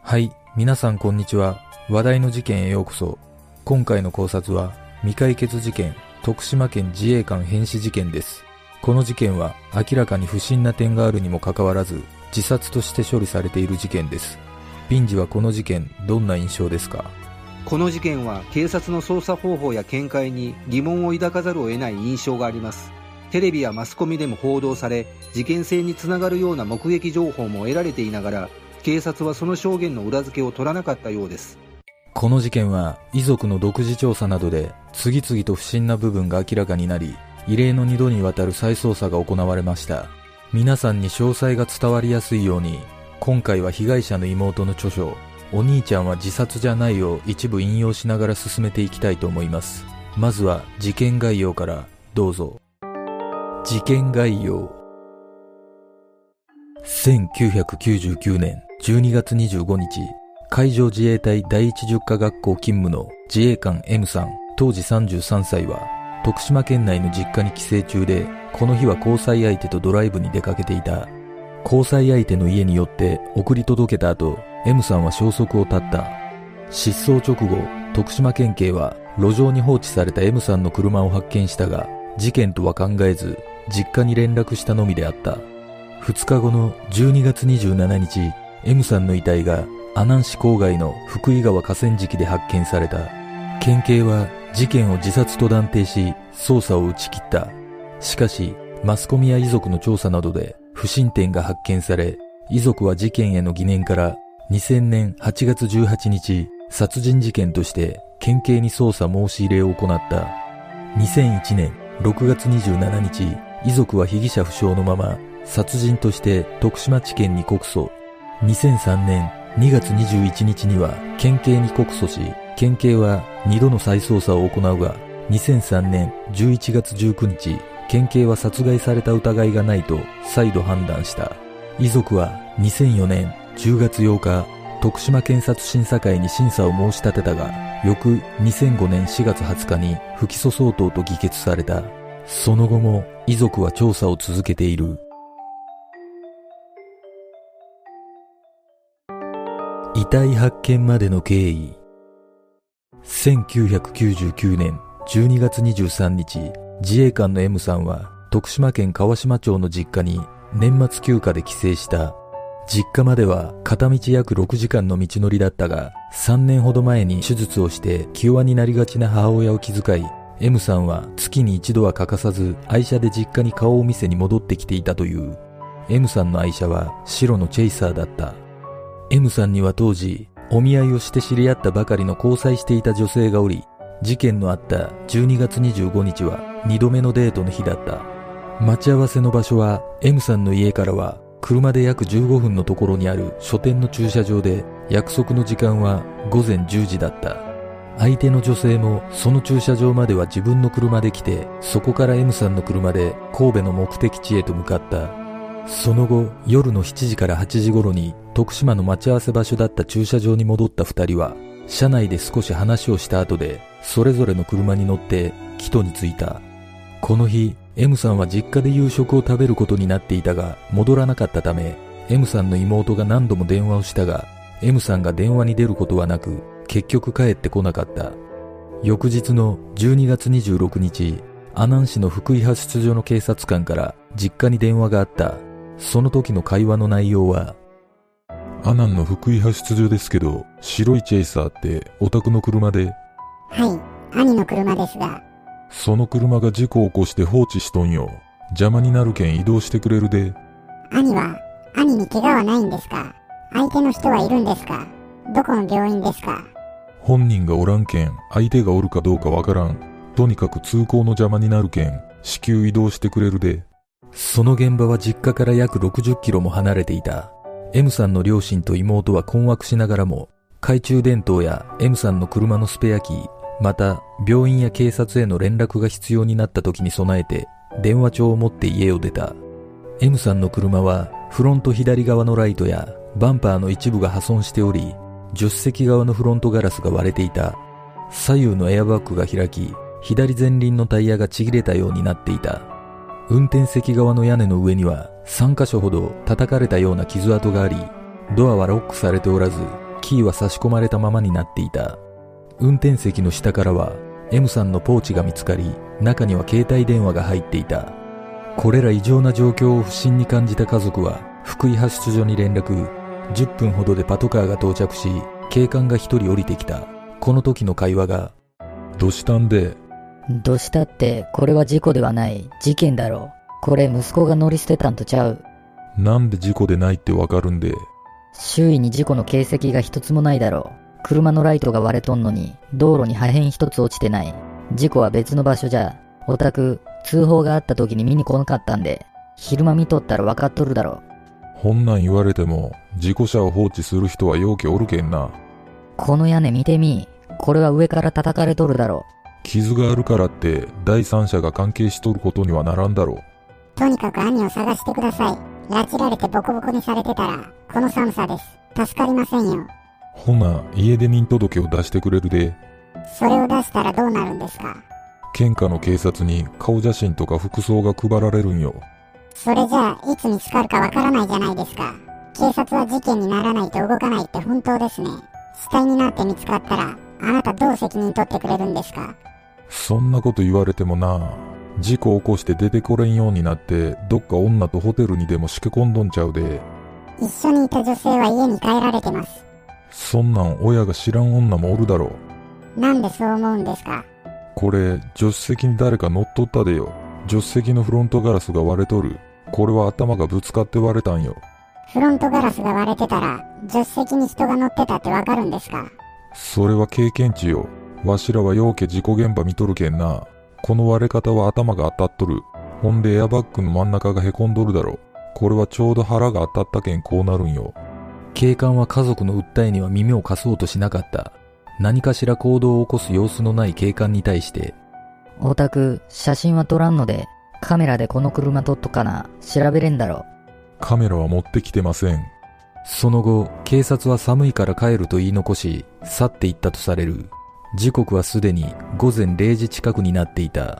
はい、皆さんこんにちは。話題の事件へようこそ。今回の考察は未解決事件、徳島県自衛官変死事件です。この事件は明らかに不審な点があるにもかかわらず自殺として処理されている事件です。ピンジはこの事件どんな印象ですか？ この事件は警察の捜査方法や見解に疑問を抱かざるを得ない印象があります。テレビやマスコミでも報道され、事件性につながるような目撃情報も得られていながら、警察はその証言の裏付けを取らなかったようです。 この事件は遺族の独自調査などで次々と不審な部分が明らかになり、異例の2度にわたる再捜査が行われました。皆さんに詳細が伝わりやすいように、今回は被害者の妹の著書、お兄ちゃんは自殺じゃないを一部引用しながら進めていきたいと思います。まずは事件概要からどうぞ。事件概要。1999年12月25日、海上自衛隊第一十科学校勤務の自衛官 M さん、当時33歳は、徳島県内の実家に帰省中で、この日は交際相手とドライブに出かけていた。交際相手の家によって送り届けた後、M さんは消息を絶った。失踪直後、徳島県警は路上に放置された M さんの車を発見したが、事件とは考えず、実家に連絡したのみであった。2日後の12月27日、M さんの遺体が阿南市郊外の福井川河川敷で発見された。県警は事件を自殺と断定し、捜査を打ち切った。しかし、マスコミや遺族の調査などで不審点が発見され、遺族は事件への疑念から2000年8月18日、殺人事件として県警に捜査申し入れを行った。2001年6月27日、遺族は被疑者不詳のまま殺人として徳島地検に告訴。2003年2月21日には県警に告訴し、県警は2度の再捜査を行うが、2003年11月19日、県警は殺害された疑いがないと再度判断した。遺族は2004年10月8日、徳島検察審査会に審査を申し立てたが、翌2005年4月20日に不起訴相当と議決された。その後も遺族は調査を続けている。遺体発見までの経緯。1999年12月23日、自衛官の M さんは徳島県川島町の実家に年末休暇で帰省した。実家までは片道約6時間の道のりだったが、3年ほど前に手術をして気弱になりがちな母親を気遣い、M さんは月に一度は欠かさず愛車で実家に顔を見せに戻ってきていたという。M さんの愛車は白のチェイサーだった。M さんには当時、お見合いをして知り合ったばかりの交際していた女性がおり、事件のあった12月25日は2度目のデートの日だった。待ち合わせの場所は M さんの家からは車で約15分のところにある書店の駐車場で、約束の時間は午前10時だった。相手の女性もその駐車場までは自分の車で来て、そこから M さんの車で神戸の目的地へと向かった。その後、夜の7時から8時頃に徳島の待ち合わせ場所だった駐車場に戻った2人は、車内で少し話をした後で、それぞれの車に乗って帰途に着いた。この日、M さんは実家で夕食を食べることになっていたが、戻らなかったため、M さんの妹が何度も電話をしたが、M さんが電話に出ることはなく、結局帰ってこなかった。翌日の12月26日、阿南市の福井派出所の警察官から実家に電話があった。その時の会話の内容は、 阿南の福井派出所ですけど、白いチェイサーってお宅の車で？ はい、兄の車ですが。 その車が事故を起こして放置しとんよ。邪魔になるけん移動してくれるで。 兄に怪我はないんですか？相手の人はいるんですか？どこの病院ですか？ 本人がおらんけん、相手がおるかどうかわからん。とにかく通行の邪魔になるけん、至急移動してくれるで。 その現場は実家から約60キロも離れていた。M さんの両親と妹は困惑しながらも、懐中電灯や M さんの車のスペアキー、また病院や警察への連絡が必要になった時に備えて、電話帳を持って家を出た。M さんの車はフロント左側のライトやバンパーの一部が破損しており、助手席側のフロントガラスが割れていた。左右のエアバッグが開き、左前輪のタイヤがちぎれたようになっていた。運転席側の屋根の上には3カ所ほど叩かれたような傷跡があり、ドアはロックされておらず、 キーは差し込まれたままになっていた。運転席の下からは M さんのポーチが見つかり、中には携帯電話が入っていた。これら異常な状況を不審に感じた家族は福井派出所に連絡。10分ほどでパトカーが到着し、警官が一人降りてきた。この時の会話が、 どしたんで？ どしたって、これは事故ではない。事件だろ。これ息子が乗り捨てたんとちゃう。 なんで事故でないってわかるんで？ 周囲に事故の形跡が一つもないだろう。車のライトが割れとんのに、道路に破片一つ落ちてない。事故は別の場所じゃ。お宅、通報があった時に見に来なかったんで、昼間見とったら分かっとるだろ。 ほんなん言われても、事故車を放置する人はようけおるけんな。 この屋根見てみ。これは上から叩かれとるだろ。 傷があるからって第三者が関係しとることにはならんだろう。 とにかく兄を探してください。拉致られてボコボコにされてたら、この寒さです。助かりませんよ。 ほな、家出人届を出してくれるで。 それを出したらどうなるんですか？ 県下の警察に顔写真とか服装が配られるんよ。 それじゃあ、いつ見つかるかわからないじゃないですか。警察は事件にならないと動かないって本当ですね。死体になって見つかったら、あなたどう責任取ってくれるんですか？ そんなこと言われてもな。事故起こして出てこれんようになって、どっか女とホテルにでもしけ込んどんちゃうで。 一緒にいた女性は家に帰られてます。 そんなん親が知らん女もおるだろう。なんでそう思うんですか？ これ、助手席に誰か乗っとったでよ。助手席のフロントガラスが割れとる。これは頭がぶつかって割れたんよ。 フロントガラスが割れてたら、助手席に人が乗ってたってわかるんですか？ それは経験値よ。わしらはようけ事故現場見とるけんな。この割れ方は頭が当たっとる。ほんでエアバッグの真ん中がへこんどるだろ。これはちょうど腹が当たったけんこうなるんよ。 警官は家族の訴えには耳を貸そうとしなかった。何かしら行動を起こす様子のない警官に対して、 お宅、写真は撮らんので、カメラでこの車撮っとかな、調べれんだろ。 カメラは持ってきてません。 その後、警察は寒いから帰ると言い残し、去っていったとされる。時刻はすでに午前0時近くになっていた。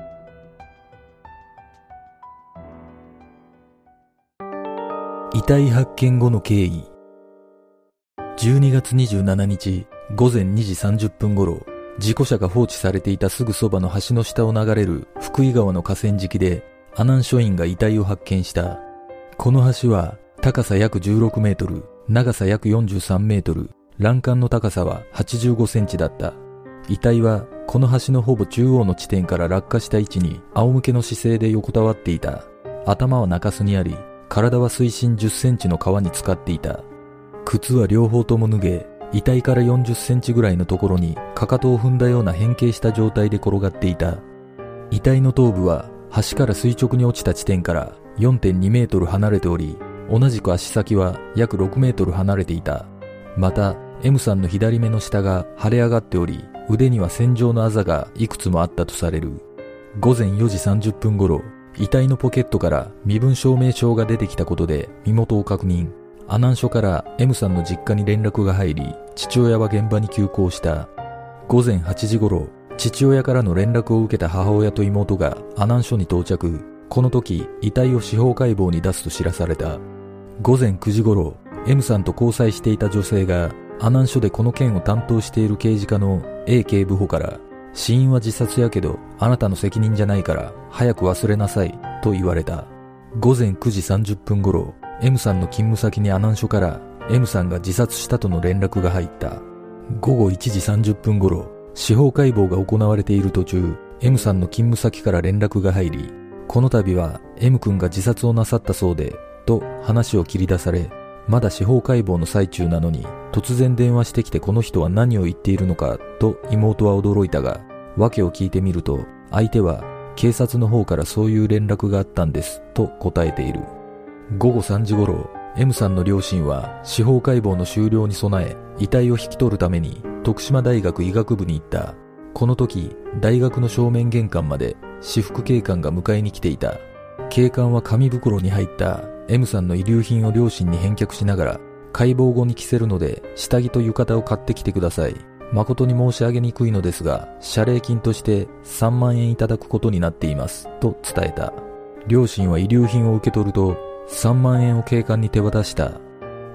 遺体発見後の経緯。12月27日午前2時30分頃、事故車が放置されていたすぐそばの橋の下を流れる福井川の河川敷で、阿南署員が遺体を発見した。この橋は高さ約16メートル、長さ約43メートル、欄干の高さは85センチだった。遺体はこの橋のほぼ中央の地点から落下した位置に仰向けの姿勢で横たわっていた。頭は中州にあり、体は水深10センチの川に浸かっていた。靴は両方とも脱げ、遺体から40センチぐらいのところにかかとを踏んだような変形した状態で転がっていた。遺体の頭部は橋から垂直に落ちた地点から 4.2 メートル離れており、同じく足先は約6メートル離れていた。また M さんの左目の下が腫れ上がっており、腕には線状のあざがいくつもあったとされる。午前4時30分頃、遺体のポケットから身分証明書が出てきたことで身元を確認。阿南署から M さんの実家に連絡が入り、父親は現場に急行した。午前8時頃、父親からの連絡を受けた母親と妹が阿南署に到着。この時、遺体を司法解剖に出すと知らされた。午前9時頃、M さんと交際していた女性が阿南署でこの件を担当している刑事課の A 警部補から、死因は自殺やけどあなたの責任じゃないから早く忘れなさいと言われた。午前9時30分頃、M さんの勤務先に阿南署から M さんが自殺したとの連絡が入った。午後1時30分頃、司法解剖が行われている途中、M さんの勤務先から連絡が入り、この度は M 君が自殺をなさったそうで、と話を切り出され、まだ司法解剖の最中なのに突然電話してきてこの人は何を言っているのかと妹は驚いたが、訳を聞いてみると相手は警察の方からそういう連絡があったんですと答えている。午後3時頃、M さんの両親は司法解剖の終了に備え遺体を引き取るために徳島大学医学部に行った。この時、大学の正面玄関まで私服警官が迎えに来ていた。警官は紙袋に入った M さんの遺留品を両親に返却しながら、解剖後に着せるので下着と浴衣を買ってきてください。誠に申し上げにくいのですが、謝礼金として3万円いただくことになっていますと伝えた。両親は遺留品を受け取ると3万円を警官に手渡した。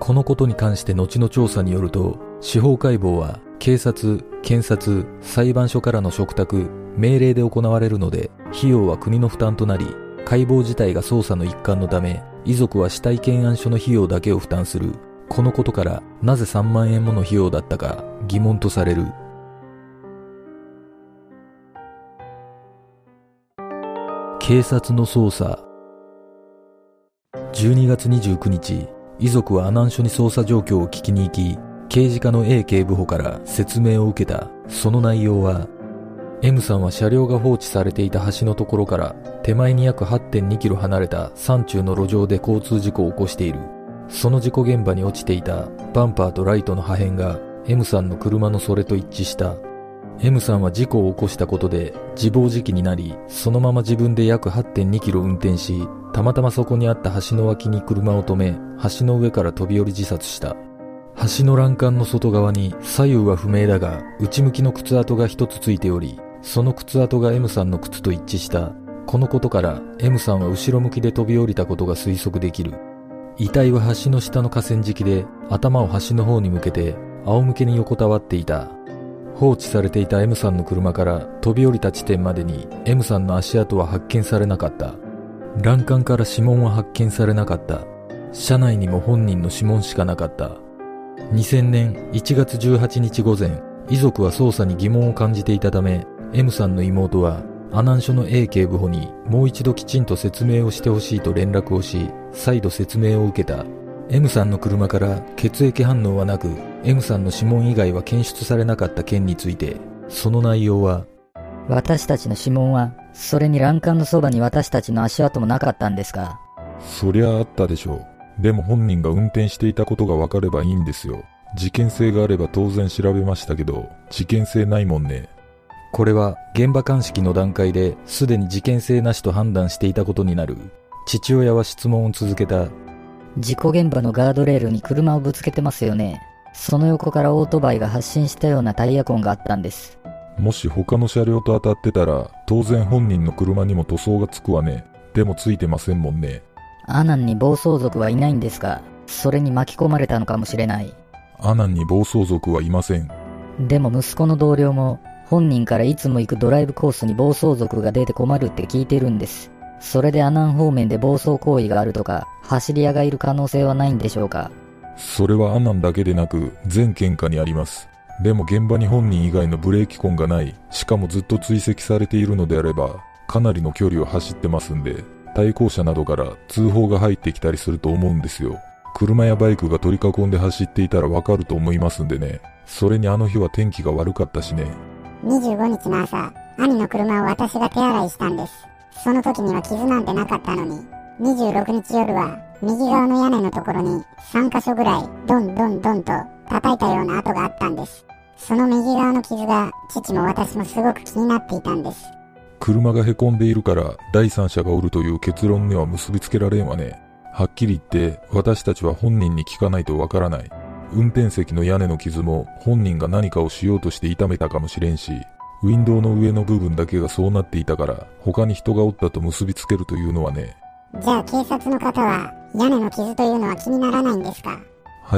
このことに関して後の調査によると、司法解剖は警察、検察、裁判所からの嘱託、命令で行われるので、費用は国の負担となり、解剖自体が捜査の一環のため、遺族は死体検案書の費用だけを負担する。このことから、なぜ3万円もの費用だったか疑問とされる。警察の捜査。12月29日、遺族は阿南署に捜査状況を聞きに行き、刑事課の A 警部補から説明を受けた。その内容は、M さんは車両が放置されていた橋のところから手前に約 8.2 キロ離れた山中の路上で交通事故を起こしている。その事故現場に落ちていたバンパーとライトの破片が M さんの車のそれと一致した。M さんは事故を起こしたことで自暴自棄になり、そのまま自分で約 8.2 キロ運転し、たまたまそこにあった橋の脇に車を止め、橋の上から飛び降り自殺した。橋の欄干の外側に左右は不明だが、内向きの靴跡が一つついており、その靴跡が M さんの靴と一致した。このことから M さんは後ろ向きで飛び降りたことが推測できる。遺体は橋の下の河川敷で頭を橋の方に向けて仰向けに横たわっていた。放置されていた M さんの車から飛び降りた地点までに M さんの足跡は発見されなかった。欄干から指紋は発見されなかった。車内にも本人の指紋しかなかった。2000年1月18日午前、遺族は捜査に疑問を感じていたため、M さんの妹は阿南署の A 警部補にもう一度きちんと説明をしてほしいと連絡をし、再度説明を受けた。M さんの車から血液反応はなく、M さんの指紋以外は検出されなかった件について、その内容は、 私たちの指紋は、それに欄干のそばに私たちの足跡もなかったんですか？ そりゃあったでしょう。でも本人が運転していたことが分かればいいんですよ。事件性があれば当然調べましたけど、事件性ないもんね。 これは現場鑑識の段階ですでに事件性なしと判断していたことになる。父親は質問を続けた。 事故現場のガードレールに車をぶつけてますよね。その横からオートバイが発進したようなタイヤ痕があったんです。 もし他の車両と当たってたら、当然本人の車にも塗装がつくわね。でもついてませんもんね。 阿南に暴走族はいないんですか？それに巻き込まれたのかもしれない。 阿南に暴走族はいません。 でも息子の同僚も、本人からいつも行くドライブコースに暴走族が出て困るって聞いてるんです。それで阿南方面で暴走行為があるとか、走り屋がいる可能性はないんでしょうか？ それは阿南だけでなく、全県下にあります。でも現場に本人以外のブレーキ痕がない、しかもずっと追跡されているのであれば、かなりの距離を走ってますんで、対向車などから通報が入ってきたりすると思うんですよ。車やバイクが取り囲んで走っていたらわかると思いますんでね。それにあの日は天気が悪かったしね。 25日の朝、兄の車を私が手洗いしたんです。その時には傷なんてなかったのに、26日夜は右側の屋根のところに3カ所ぐらいドンドンドンと叩いたような跡があったんです。その右側の傷が父も私もすごく気になっていたんです。 車がへこんでいるから第三者がおるという結論には結びつけられんわね。はっきり言って私たちは本人に聞かないとわからない。運転席の屋根の傷も本人が何かをしようとして痛めたかもしれんし、ウィンドウの上の部分だけがそうなっていたから他に人がおったと結びつけるというのはね。 じゃあ警察の方は屋根の傷というのは気にならないんですか？ はい。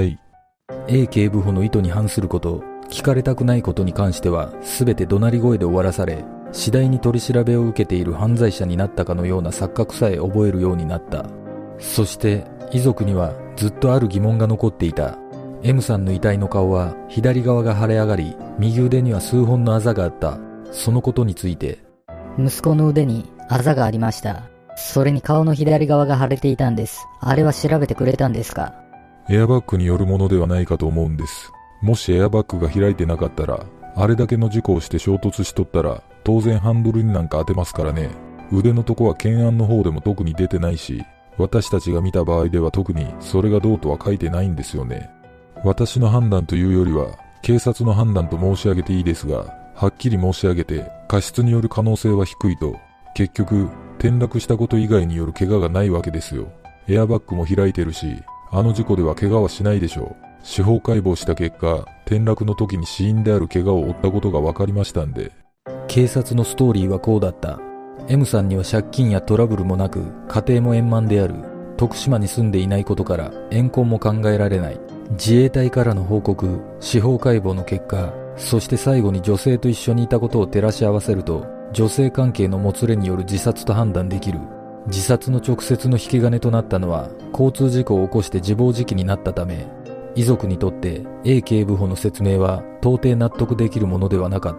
A 警部補の意図に反すること、聞かれたくないことに関しては全て怒鳴り声で終わらされ、次第に取り調べを受けている犯罪者になったかのような錯覚さえ覚えるようになった。そして遺族にはずっとある疑問が残っていた。M さんの遺体の顔は左側が腫れ上がり、右腕には数本のあざがあった。そのことについて、 息子の腕にあざがありました。それに顔の左側が腫れていたんです。あれは調べてくれたんですか？ エアバッグによるものではないかと思うんです。もしエアバッグが開いてなかったら、あれだけの事故をして衝突しとったら当然ハンドルになんか当てますからね。腕のとこは検案の方でも特に出てないし、私たちが見た場合では特にそれがどうとは書いてないんですよね。私の判断というよりは警察の判断と申し上げていいですが、はっきり申し上げて過失による可能性は低いと。結局転落したこと以外による怪我がないわけですよ。エアバッグも開いてるし、あの事故では怪我はしないでしょう。司法解剖した結果、転落の時に死因である怪我を負ったことが分かりましたんで。 警察のストーリーはこうだった。M さんには借金やトラブルもなく、家庭も円満である。と徳島に住んでいないことから怨恨も考えられない。自衛隊からの報告、司法解剖の結果、そして最後に女性と一緒にいたことを照らし合わせると、女性関係のもつれによる自殺と判断できる。自殺の直接の引き金となったのは、交通事故を起こして自暴自棄になったため、遺族にとって A 警部補の説明は到底納得できるものではなかった。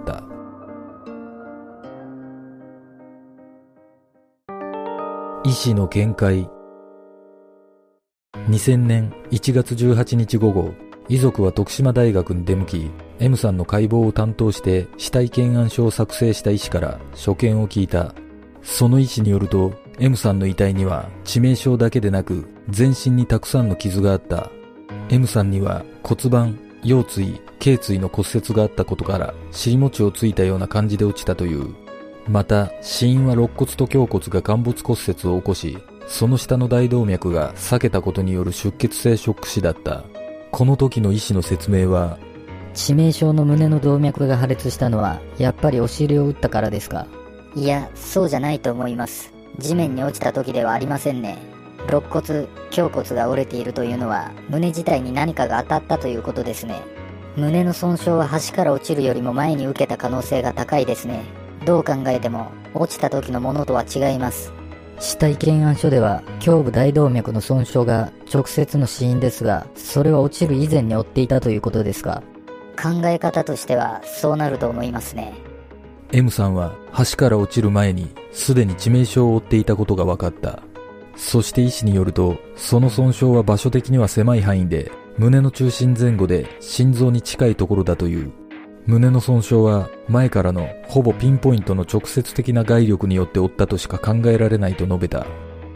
医師の見解。2000年1月18日午後、遺族は徳島大学に出向き、M さんの解剖を担当して死体検案書を作成した医師から所見を聞いた。その医師によると、M さんの遺体には致命傷だけでなく全身にたくさんの傷があった。M さんには骨盤、腰椎、頸椎の骨折があったことから尻餅をついたような感じで落ちたという。また死因は肋骨と胸骨が陥没骨折を起こし、その下の大動脈が裂けたことによる出血性ショック死だった。この時の医師の説明は、 致命傷の胸の動脈が破裂したのはやっぱりお尻を打ったからですか？ いや、そうじゃないと思います。地面に落ちた時ではありませんね。肋骨、胸骨が折れているというのは胸自体に何かが当たったということですね。胸の損傷は橋から落ちるよりも前に受けた可能性が高いですね。どう考えても落ちた時のものとは違います。 死体検案書では胸部大動脈の損傷が直接の死因ですが、それは落ちる以前に負っていたということですか？ 考え方としてはそうなると思いますね。 M さんは橋から落ちる前にすでに致命傷を負っていたことが分かった。そして医師によると、その損傷は場所的には狭い範囲で、胸の中心前後で心臓に近いところだという。胸の損傷は前からのほぼピンポイントの直接的な外力によって負ったとしか考えられないと述べた。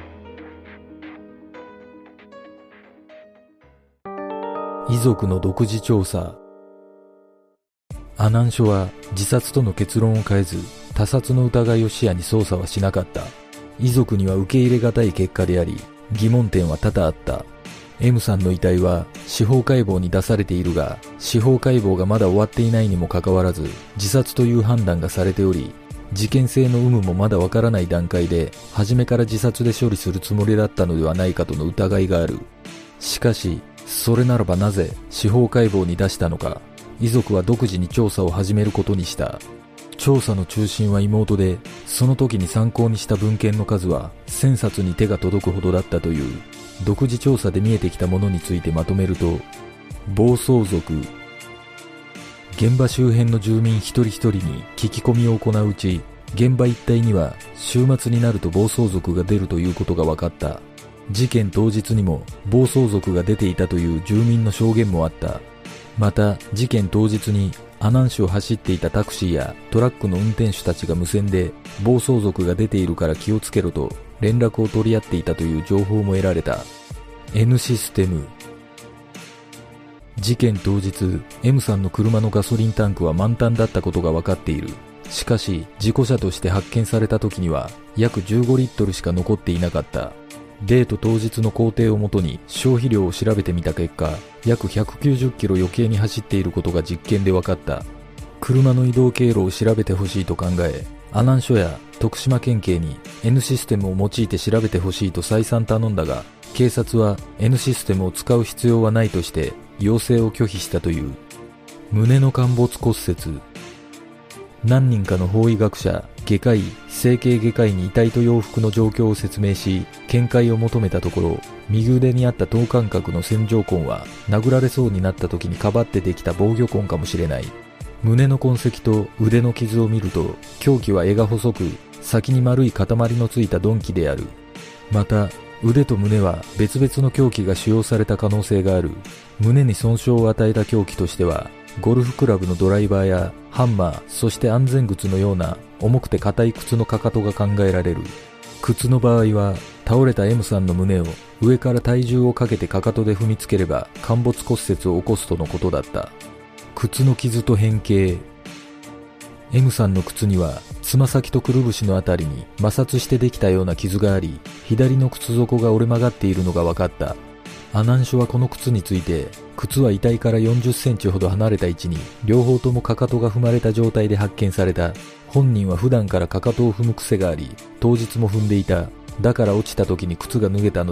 遺族の独自調査。阿南署は自殺との結論を変えず、他殺の疑いを視野に捜査はしなかった。遺族には受け入れがたい結果であり、疑問点は多々あった。M さんの遺体は司法解剖に出されているが、司法解剖がまだ終わっていないにもかかわらず、自殺という判断がされており、事件性の有無もまだわからない段階で、初めから自殺で処理するつもりだったのではないかとの疑いがある。しかし、それならばなぜ司法解剖に出したのか。遺族は独自に調査を始めることにした。調査の中心は妹で、その時に参考にした文献の数は1000冊に手が届くほどだったという。独自調査で見えてきたものについてまとめると、暴走族。現場周辺の住民一人一人に聞き込みを行ううち、現場一帯には週末になると暴走族が出るということが分かった。事件当日にも暴走族が出ていたという住民の証言もあった。また事件当日に阿南市を走っていたタクシーやトラックの運転手たちが無線で暴走族が出ているから気をつけろと連絡を取り合っていたという情報も得られた。 N システム。事件当日 M さんの車のガソリンタンクは満タンだったことが分かっている。しかし事故車として発見された時には約15リットルしか残っていなかった。デート当日の工程をもとに消費量を調べてみた結果、約190キロ余計に走っていることが実験で分かった。車の移動経路を調べてほしいと考え、阿南署や徳島県警に N システムを用いて調べてほしいと再三頼んだが、警察は N システムを使う必要はないとして要請を拒否したという。胸の陥没骨折。何人かの法医学者、外科医、整形外科医に遺体と洋服の状況を説明し、見解を求めたところ、右腕にあった等間隔の線条痕は殴られそうになった時にかばってできた防御痕かもしれない。胸の痕跡と腕の傷を見ると、凶器は柄が細く、先に丸い塊のついた鈍器である。また、腕と胸は別々の凶器が使用された可能性がある。胸に損傷を与えた凶器としては、ゴルフクラブのドライバーやハンマー、そして安全靴のような重くて硬い靴のかかとが考えられる。靴の場合は倒れた M さんの胸を上から体重をかけてかかとで踏みつければ陥没骨折を起こすとのことだった。靴の傷と変形。 M さんの靴にはつま先とくるぶしのあたりに摩擦してできたような傷があり、左の靴底が折れ曲がっているのが分かった。阿南署はこの靴について、靴は遺体から40センチほど離れた位置に両方ともかかとが踏まれた状態で発見された。本人は普段からかかとを踏む癖があり、当日も踏んでいた。だから落ちた時に靴が脱げたのだ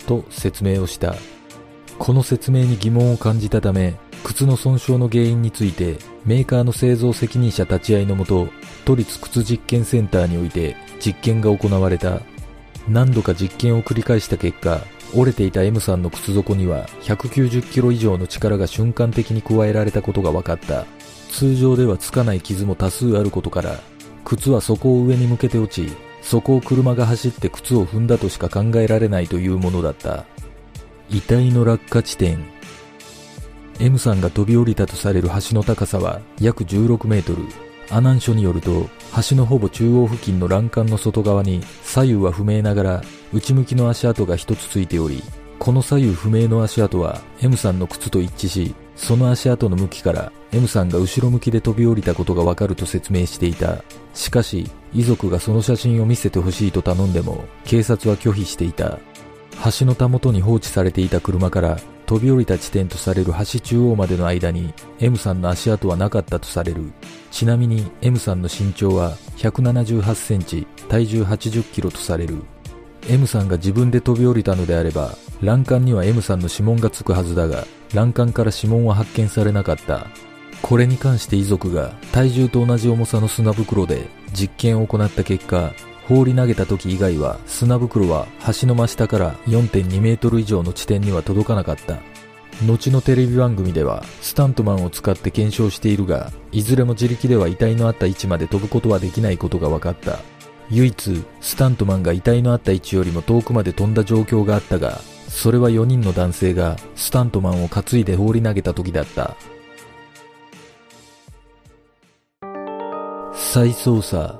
と説明をした。この説明に疑問を感じたため、靴の損傷の原因についてメーカーの製造責任者立ち会いのもと、都立靴実験センターにおいて実験が行われた。何度か実験を繰り返した結果、折れていた M さんの靴底には190キロ以上の力が瞬間的に加えられたことが分かった。通常ではつかない傷も多数あることから、靴は底を上に向けて落ち、そこを車が走って靴を踏んだとしか考えられないというものだった。遺体の落下地点。M さんが飛び降りたとされる橋の高さは約16メートル。阿南署によると、橋のほぼ中央付近の欄干の外側に左右は不明ながら内向きの足跡が一つついており、この左右不明の足跡は M さんの靴と一致し、その足跡の向きから M さんが後ろ向きで飛び降りたことがわかると説明していた。しかし、遺族がその写真を見せてほしいと頼んでも警察は拒否していた。橋のたもとに放置されていた車から飛び降りた地点とされる橋中央までの間に M さんの足跡はなかったとされる。ちなみに M さんの身長は178センチ、体重80キロとされる。M さんが自分で飛び降りたのであれば、欄干には M さんの指紋がつくはずだが、欄干から指紋は発見されなかった。これに関して遺族が体重と同じ重さの砂袋で実験を行った結果、放り投げた時以外は砂袋は橋の真下から 4.2 メートル以上の地点には届かなかった。後のテレビ番組ではスタントマンを使って検証しているが、いずれも自力では遺体のあった位置まで飛ぶことはできないことが分かった。唯一スタントマンが遺体のあった位置よりも遠くまで飛んだ状況があったが、それは4人の男性がスタントマンを担いで放り投げた時だった。再捜査。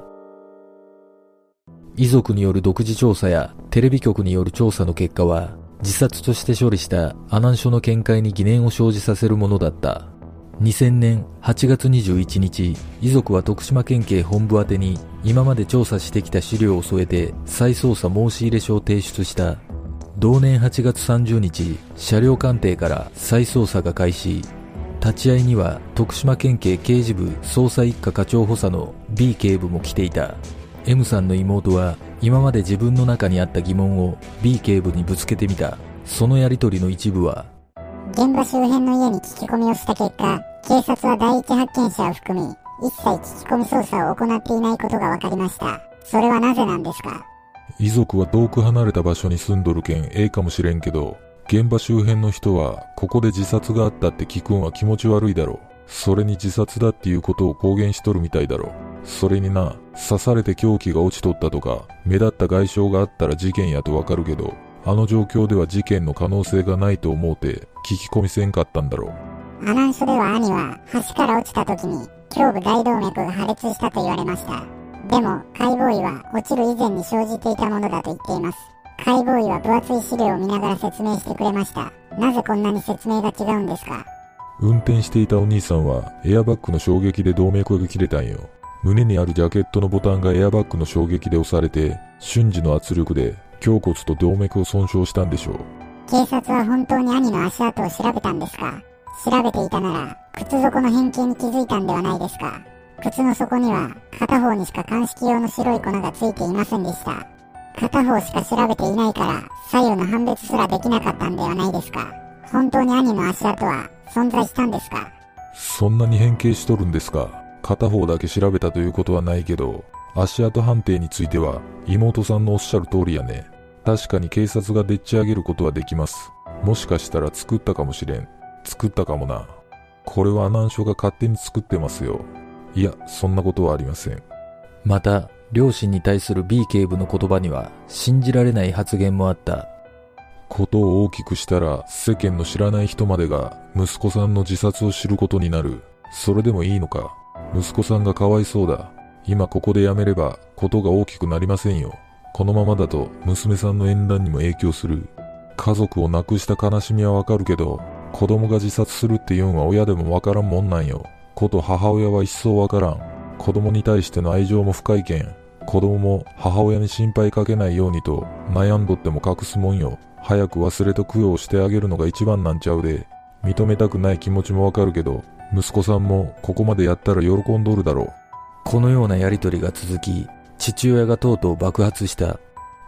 遺族による独自調査やテレビ局による調査の結果は、自殺として処理した阿南署の見解に疑念を生じさせるものだった。2000年8月21日、遺族は徳島県警本部宛てに今まで調査してきた資料を添えて再捜査申し入れ書を提出した。同年8月30日、車両鑑定から再捜査が開始。立ち会いには徳島県警刑事部捜査一課課長補佐の B 警部も来ていた。M さんの妹は今まで自分の中にあった疑問を B 警部にぶつけてみた。そのやりとりの一部は、 現場周辺の家に聞き込みをした結果、警察は第一発見者を含み一切聞き込み捜査を行っていないことが分かりました。それはなぜなんですか？ 遺族は遠く離れた場所に住んどるけんええかもしれんけど、現場周辺の人はここで自殺があったって聞くんは気持ち悪いだろ。それに自殺だっていうことを公言しとるみたいだろ。それにな、刺されて凶器が落ちとったとか目立った外傷があったら事件やとわかるけど、あの状況では事件の可能性がないと思うて聞き込みせんかったんだろう。 阿南署では兄は橋から落ちた時に胸部大動脈が破裂したと言われました。でも解剖医は落ちる以前に生じていたものだと言っています。解剖医は分厚い資料を見ながら説明してくれました。なぜこんなに説明が違うんですか？ 運転していたお兄さんはエアバッグの衝撃で動脈が切れたんよ。胸にあるジャケットのボタンがエアバッグの衝撃で押されて、瞬時の圧力で胸骨と動脈を損傷したんでしょう。 警察は本当に兄の足跡を調べたんですか？調べていたなら靴底の変形に気づいたんではないですか？靴の底には片方にしか鑑識用の白い粉がついていませんでした。片方しか調べていないから左右の判別すらできなかったんではないですか？本当に兄の足跡は存在したんですか？ そんなに変形しとるんですか？片方だけ調べたということはないけど、足跡判定については妹さんのおっしゃる通りやね。確かに警察がでっち上げることはできます。もしかしたら作ったかもしれん。作ったかもな。これは阿南署が勝手に作ってますよ。いや、そんなことはありません。 また両親に対する B 警部の言葉には信じられない発言もあった。 ことを大きくしたら世間の知らない人までが息子さんの自殺を知ることになる。それでもいいのか？息子さんがかわいそうだ。今ここでやめればことが大きくなりませんよ。このままだと娘さんの縁談にも影響する。家族を亡くした悲しみはわかるけど、子供が自殺するって言うんは親でもわからんもんなんよ。こと母親は一層わからん。子供に対しての愛情も深いけん、子供も母親に心配かけないようにと悩んどっても隠すもんよ。早く忘れと供養してあげるのが一番なんちゃうで。認めたくない気持ちもわかるけど、息子さんもここまでやったら喜んどるだろう。 このようなやりとりが続き、父親がとうとう爆発した。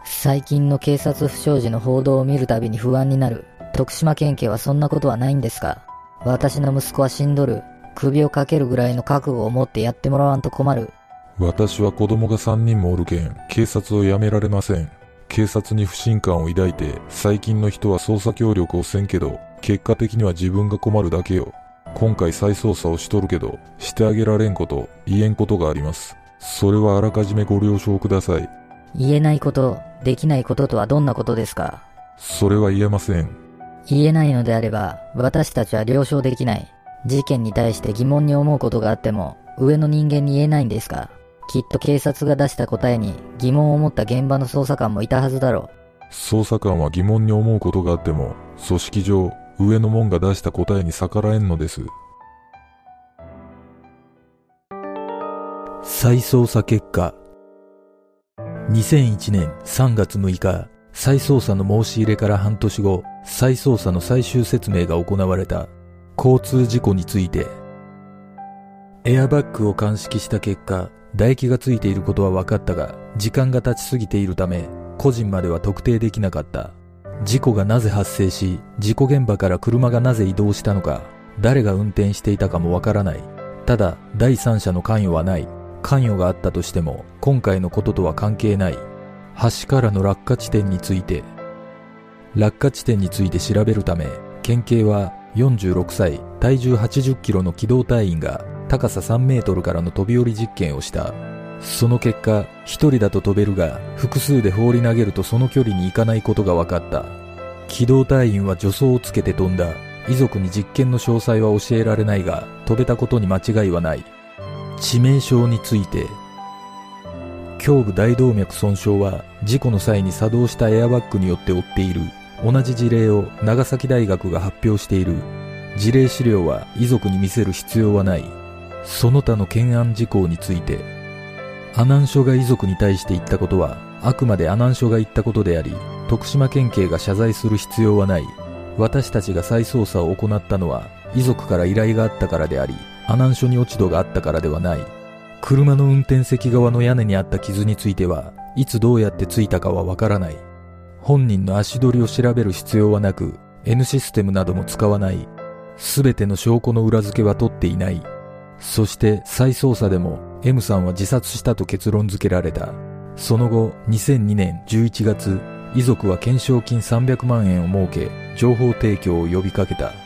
最近の警察不祥事の報道を見るたびに不安になる。徳島県警はそんなことはないんですか？私の息子は死んどる。首をかけるぐらいの覚悟を持ってやってもらわんと困る。 私は子供が3人もおるけん、警察を辞められません。警察に不信感を抱いて、最近の人は捜査協力をせんけど、結果的には自分が困るだけよ。今回再捜査をしとるけど、してあげられんこと、言えんことがあります。それはあらかじめご了承ください。 言えないこと、できないこととはどんなことですか？ それは言えません。 言えないのであれば、私たちは了承できない。事件に対して疑問に思うことがあっても、上の人間に言えないんですか？きっと警察が出した答えに疑問を持った現場の捜査官もいたはずだろう。 捜査官は疑問に思うことがあっても、組織上、上の門が出した答えに逆らえんのです。 再捜査結果。2001年3月6日、再捜査の申し入れから半年後、再捜査の最終説明が行われた。交通事故について。エアバッグを鑑識した結果、唾液がついていることは分かったが、時間が経ちすぎているため、個人までは特定できなかった。事故がなぜ発生し、事故現場から車がなぜ移動したのか、誰が運転していたかも分からない。ただ、第三者の関与はない。関与があったとしても、今回のこととは関係ない。橋からの落下地点について。落下地点について調べるため、県警は46歳、体重80キロの機動隊員が高さ3メートルからの飛び降り実験をした。その結果、一人だと飛べるが、複数で放り投げるとその距離に行かないことが分かった。機動隊員は助走をつけて飛んだ。遺族に実験の詳細は教えられないが、飛べたことに間違いはない。致命傷について。胸部大動脈損傷は事故の際に作動したエアバッグによって負っている。同じ事例を長崎大学が発表している。事例資料は遺族に見せる必要はない。その他の懸案事項について。阿南署が遺族に対して言ったことはあくまで阿南署が言ったことであり、徳島県警が謝罪する必要はない。私たちが再捜査を行ったのは遺族から依頼があったからであり、阿南署に落ち度があったからではない。車の運転席側の屋根にあった傷についてはいつどうやってついたかはわからない。本人の足取りを調べる必要はなく、N システムなども使わない。すべての証拠の裏付けは取っていない。そして再捜査でも M さんは自殺したと結論付けられた。その後、2002年11月、遺族は懸賞金300万円を設け、情報提供を呼びかけた。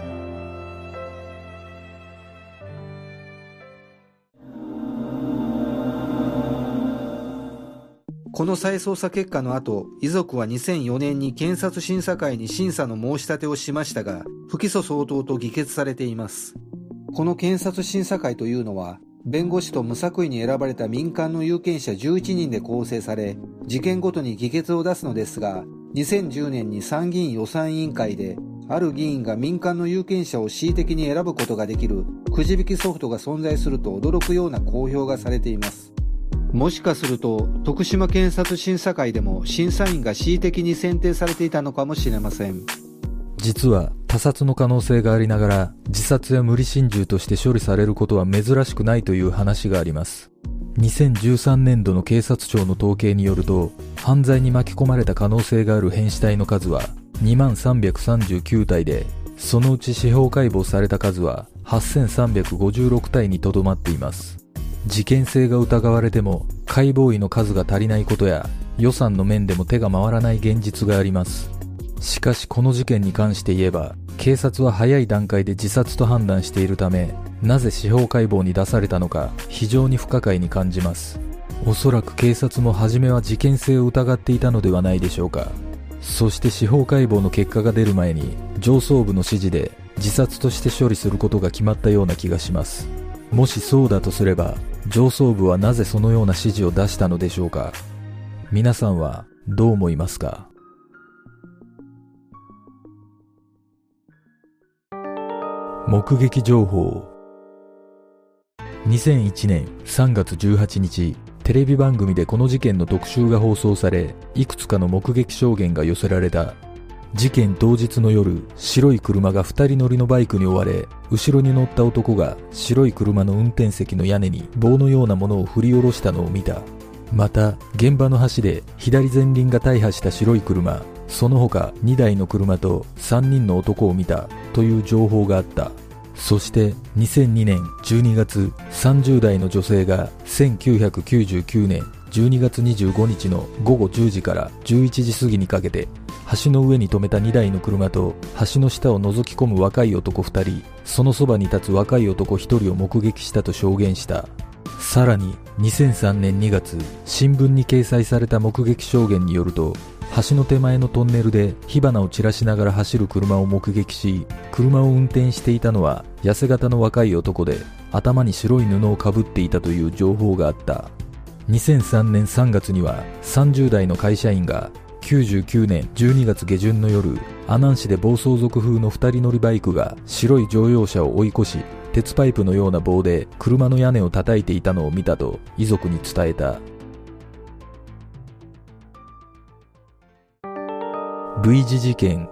この再捜査結果の後、遺族は2004年に検察審査会に審査の申し立てをしましたが、不起訴相当と議決されています。この検察審査会というのは、弁護士と無作為に選ばれた民間の有権者11人で構成され、事件ごとに議決を出すのですが、2010年に参議院予算委員会で、ある議員が民間の有権者を恣意的に選ぶことができるくじ引きソフトが存在すると驚くような公表がされています。もしかすると、徳島検察審査会でも審査員が恣意的に選定されていたのかもしれません。 実は他殺の可能性がありながら、自殺や無理心中として処理されることは珍しくないという話があります。2013年度の警察庁の統計によると、犯罪に巻き込まれた可能性がある変死体の数は2339体で、そのうち司法解剖された数は8356体にとどまっています。事件性が疑われても解剖医の数が足りないことや予算の面でも手が回らない現実があります。しかしこの事件に関して言えば、警察は早い段階で自殺と判断しているため、なぜ司法解剖に出されたのか非常に不可解に感じます。おそらく警察も初めは事件性を疑っていたのではないでしょうか。そして司法解剖の結果が出る前に上層部の指示で自殺として処理することが決まったような気がします。もしそうだとすれば、上層部はなぜそのような指示を出したのでしょうか。皆さんはどう思いますか。目撃情報。2001年3月18日、テレビ番組でこの事件の特集が放送され、いくつかの目撃証言が寄せられた。事件当日の夜、白い車が2人乗りのバイクに追われ、後ろに乗った男が白い車の運転席の屋根に棒のようなものを振り下ろしたのを見た。 また現場の橋で左前輪が大破した白い車、その他2台の車と3人の男を見たという情報があった。そして2002年12月、30代の女性が1999年12月25日の午後10時から11時過ぎにかけて橋の上に止めた2台の車と橋の下を覗き込む若い男2人、そのそばに立つ若い男1人を目撃したと証言した。さらに2003年2月、新聞に掲載された目撃証言によると、橋の手前のトンネルで火花を散らしながら走る車を目撃し、車を運転していたのは痩せ型の若い男で、頭に白い布をかぶっていたという情報があった。2003年3月には30代の会社員が99年12月下旬の夜、阿南市で暴走族風の2人乗りバイクが白い乗用車を追い越し、鉄パイプのような棒で車の屋根を叩いていたのを見たと遺族に伝えた。類似事件。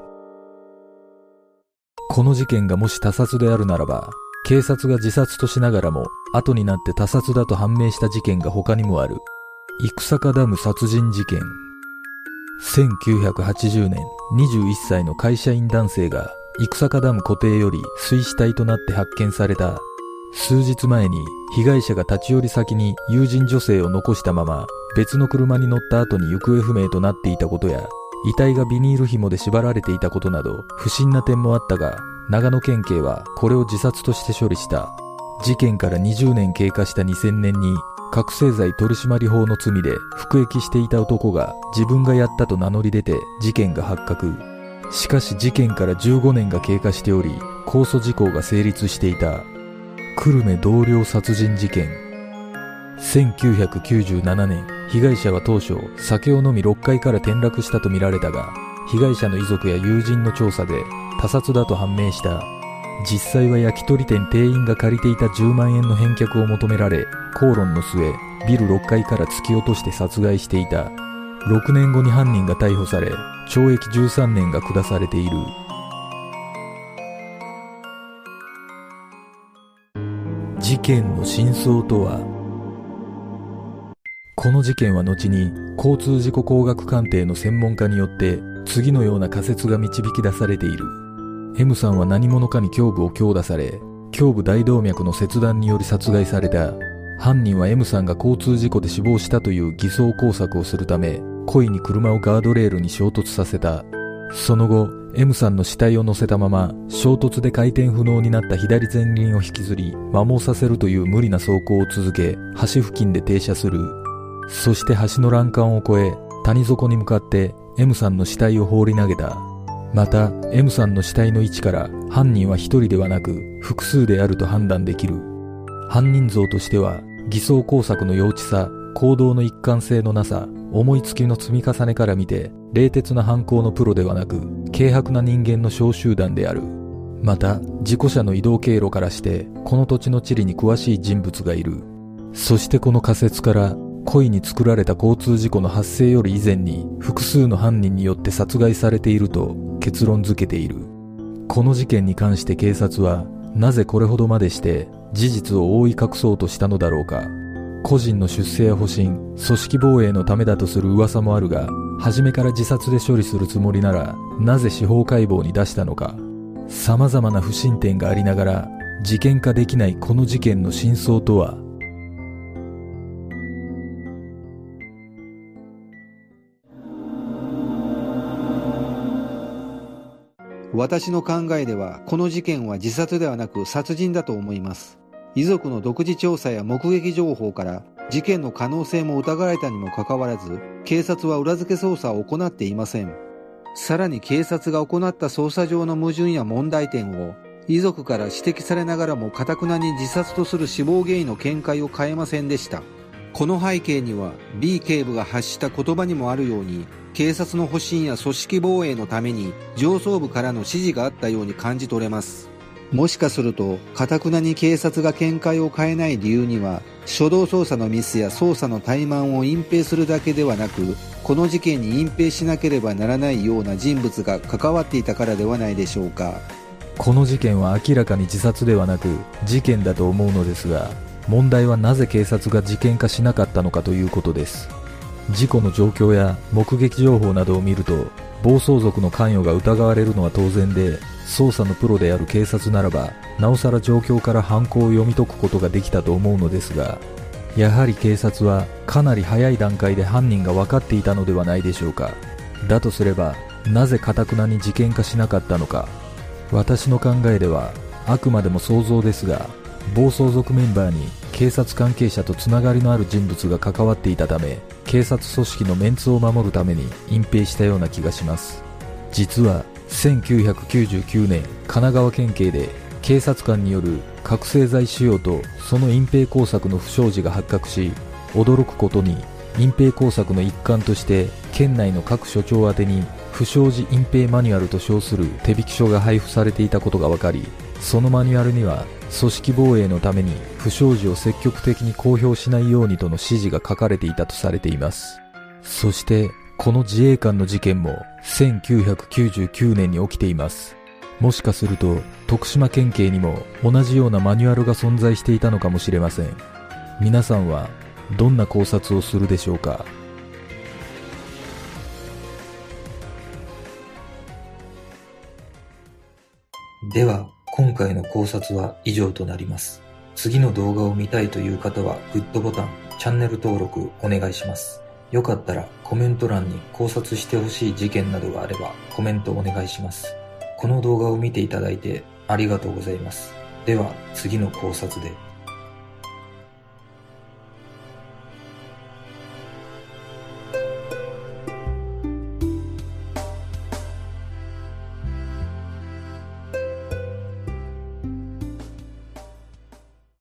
この事件がもし他殺であるならば、警察が自殺としながらも後になって他殺だと判明した事件が他にもある。生坂ダム殺人事件。1980年、21歳の会社員男性が生坂ダム湖底より水死体となって発見された。数日前に被害者が立ち寄り先に友人女性を残したまま別の車に乗った後に行方不明となっていたことや、遺体がビニール紐で縛られていたことなど不審な点もあったが、長野県警はこれを自殺として処理した。事件から20年経過した2000年に覚醒剤取締法の罪で服役していた男が自分がやったと名乗り出て事件が発覚。しかし事件から15年が経過しており、公訴時効が成立していた。久留米同僚殺人事件。1997年、被害者は当初酒を飲み6階から転落したとみられたが、被害者の遺族や友人の調査で他殺だと判明した。実際は焼き鳥店店員が借りていた10万円の返却を求められ、口論の末ビル6階から突き落として殺害していた。6年後に犯人が逮捕され、懲役13年が下されている。事件の真相とは。この事件は後に交通事故工学鑑定の専門家によって次のような仮説が導き出されている。M さんは何者かに胸部を強打され、胸部大動脈の切断により殺害された。犯人は M さんが交通事故で死亡したという偽装工作をするため、故意に車をガードレールに衝突させた。その後 M さんの死体を乗せたまま衝突で回転不能になった左前輪を引きずり摩耗させるという無理な走行を続け、橋付近で停車する。そして橋の欄干を越え谷底に向かって M さんの死体を放り投げた。また M さんの死体の位置から犯人は一人ではなく複数であると判断できる。犯人像としては偽装工作の幼稚さ、行動の一貫性のなさ、思いつきの積み重ねから見て冷徹な犯行のプロではなく軽薄な人間の小集団である。また事故車の移動経路からしてこの土地の地理に詳しい人物がいる。そしてこの仮説から故意に作られた交通事故の発生より以前に複数の犯人によって殺害されていると結論付けている。この事件に関して警察はなぜこれほどまでして事実を覆い隠そうとしたのだろうか。個人の出世や保身、組織防衛のためだとする噂もあるが、初めから自殺で処理するつもりならなぜ司法解剖に出したのか。様々な不審点がありながら事件化できないこの事件の真相とは。 私の考えではこの事件は自殺ではなく殺人だと思います。遺族の独自調査や目撃情報から事件の可能性も疑われたにもかかわらず、警察は裏付け捜査を行っていません。さらに警察が行った捜査上の矛盾や問題点を遺族から指摘されながらも頑なに自殺とする死亡原因の見解を変えませんでした。この背景には B 警部が発した言葉にもあるように、警察の保身や組織防衛のために上層部からの指示があったように感じ取れます。もしかすると頑なに警察が見解を変えない理由には、初動捜査のミスや捜査の怠慢を隠蔽するだけではなく、この事件に隠蔽しなければならないような人物が関わっていたからではないでしょうか。 この事件は明らかに自殺ではなく事件だと思うのですが、 問題はなぜ警察が事件化しなかったのかということです。事故の状況や目撃情報などを見ると、暴走族の関与が疑われるのは当然で、捜査のプロである警察ならば、なおさら状況から犯行を読み解くことができたと思うのですが、やはり警察はかなり早い段階で犯人が分かっていたのではないでしょうか。だとすれば、なぜ頑なに事件化しなかったのか。私の考えでは、あくまでも想像ですが、暴走族メンバーに警察関係者とつながりのある人物が関わっていたため、警察組織のメンツを守るために隠蔽したような気がします。実は1999年神奈川県警で警察官による覚醒剤使用とその隠蔽工作の不祥事が発覚し、驚くことに隠蔽工作の一環として県内の各署長宛てに不祥事隠蔽マニュアルと称する手引き書が配布されていたことが分かり、そのマニュアルには組織防衛のために不祥事を積極的に公表しないようにとの指示が書かれていたとされています。そしてこの自衛官の事件も1999年に起きています。もしかすると徳島県警にも同じようなマニュアルが存在していたのかもしれません。皆さんはどんな考察をするでしょうか。 では今回の考察は以上となります。次の動画を見たいという方はグッドボタン、チャンネル登録お願いします。よかったらコメント欄に考察してほしい事件などがあればコメントお願いします。この動画を見ていただいてありがとうございます。では次の考察で。